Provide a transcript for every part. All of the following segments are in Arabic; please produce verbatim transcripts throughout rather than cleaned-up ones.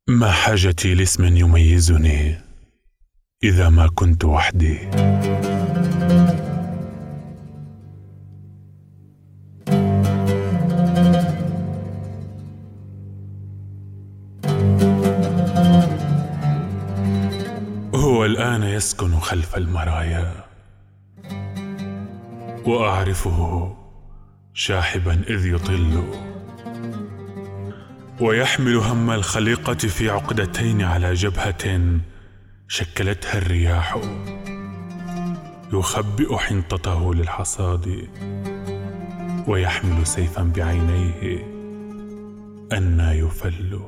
ما حاجتي لاسم يميزني إذا ما كنت وحدي؟ هو الآن يسكن خلف المرايا، وأعرفه شاحبا إذ يطل، ويحمل هم الخليقة في عقدتين على جبهة شكلتها الرياح، يخبئ حنطته للحصاد، ويحمل سيفا بعينيه أنى يفل.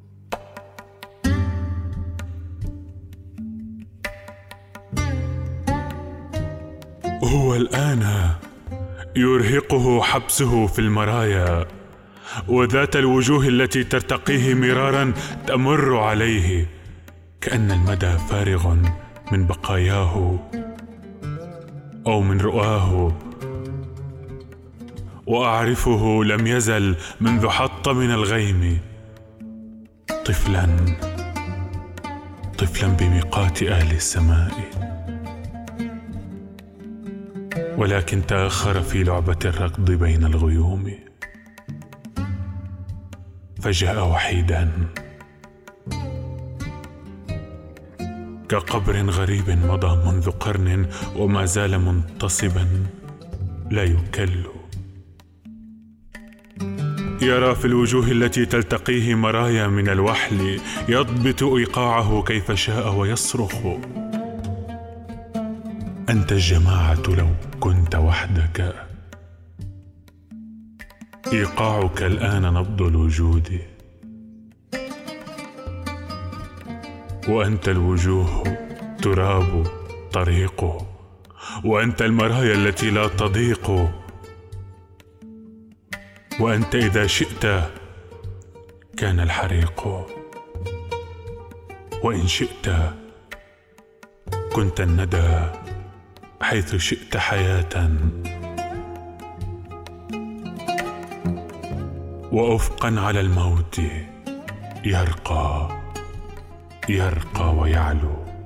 هو الآن يرهقه حبسه في المرايا، وذات الوجوه التي ترتقيه مرارا تمر عليه كأن المدى فارغ من بقاياه أو من رؤاه. وأعرفه لم يزل منذ حط من الغيم طفلا طفلا بميقات أهل السماء، ولكن تأخر في لعبة الركض بين الغيوم، فجاء وحيدا كقبر غريب مضى منذ قرن وما زال منتصبا لا يكل، يرى في الوجوه التي تلتقيه مرايا من الوحل، يضبط إيقاعه كيف شاء ويصرخ: أنت الجماعة لو كنت وحدك، إيقاعك الآن نبض الوجود، وأنت الوجوه تراب طريق، وأنت المرايا التي لا تضيق، وأنت إذا شئت كان الحريق، وإن شئت كنت الندى حيث شئت حياة، وأفقا على الموت يرقى يرقى ويعلو.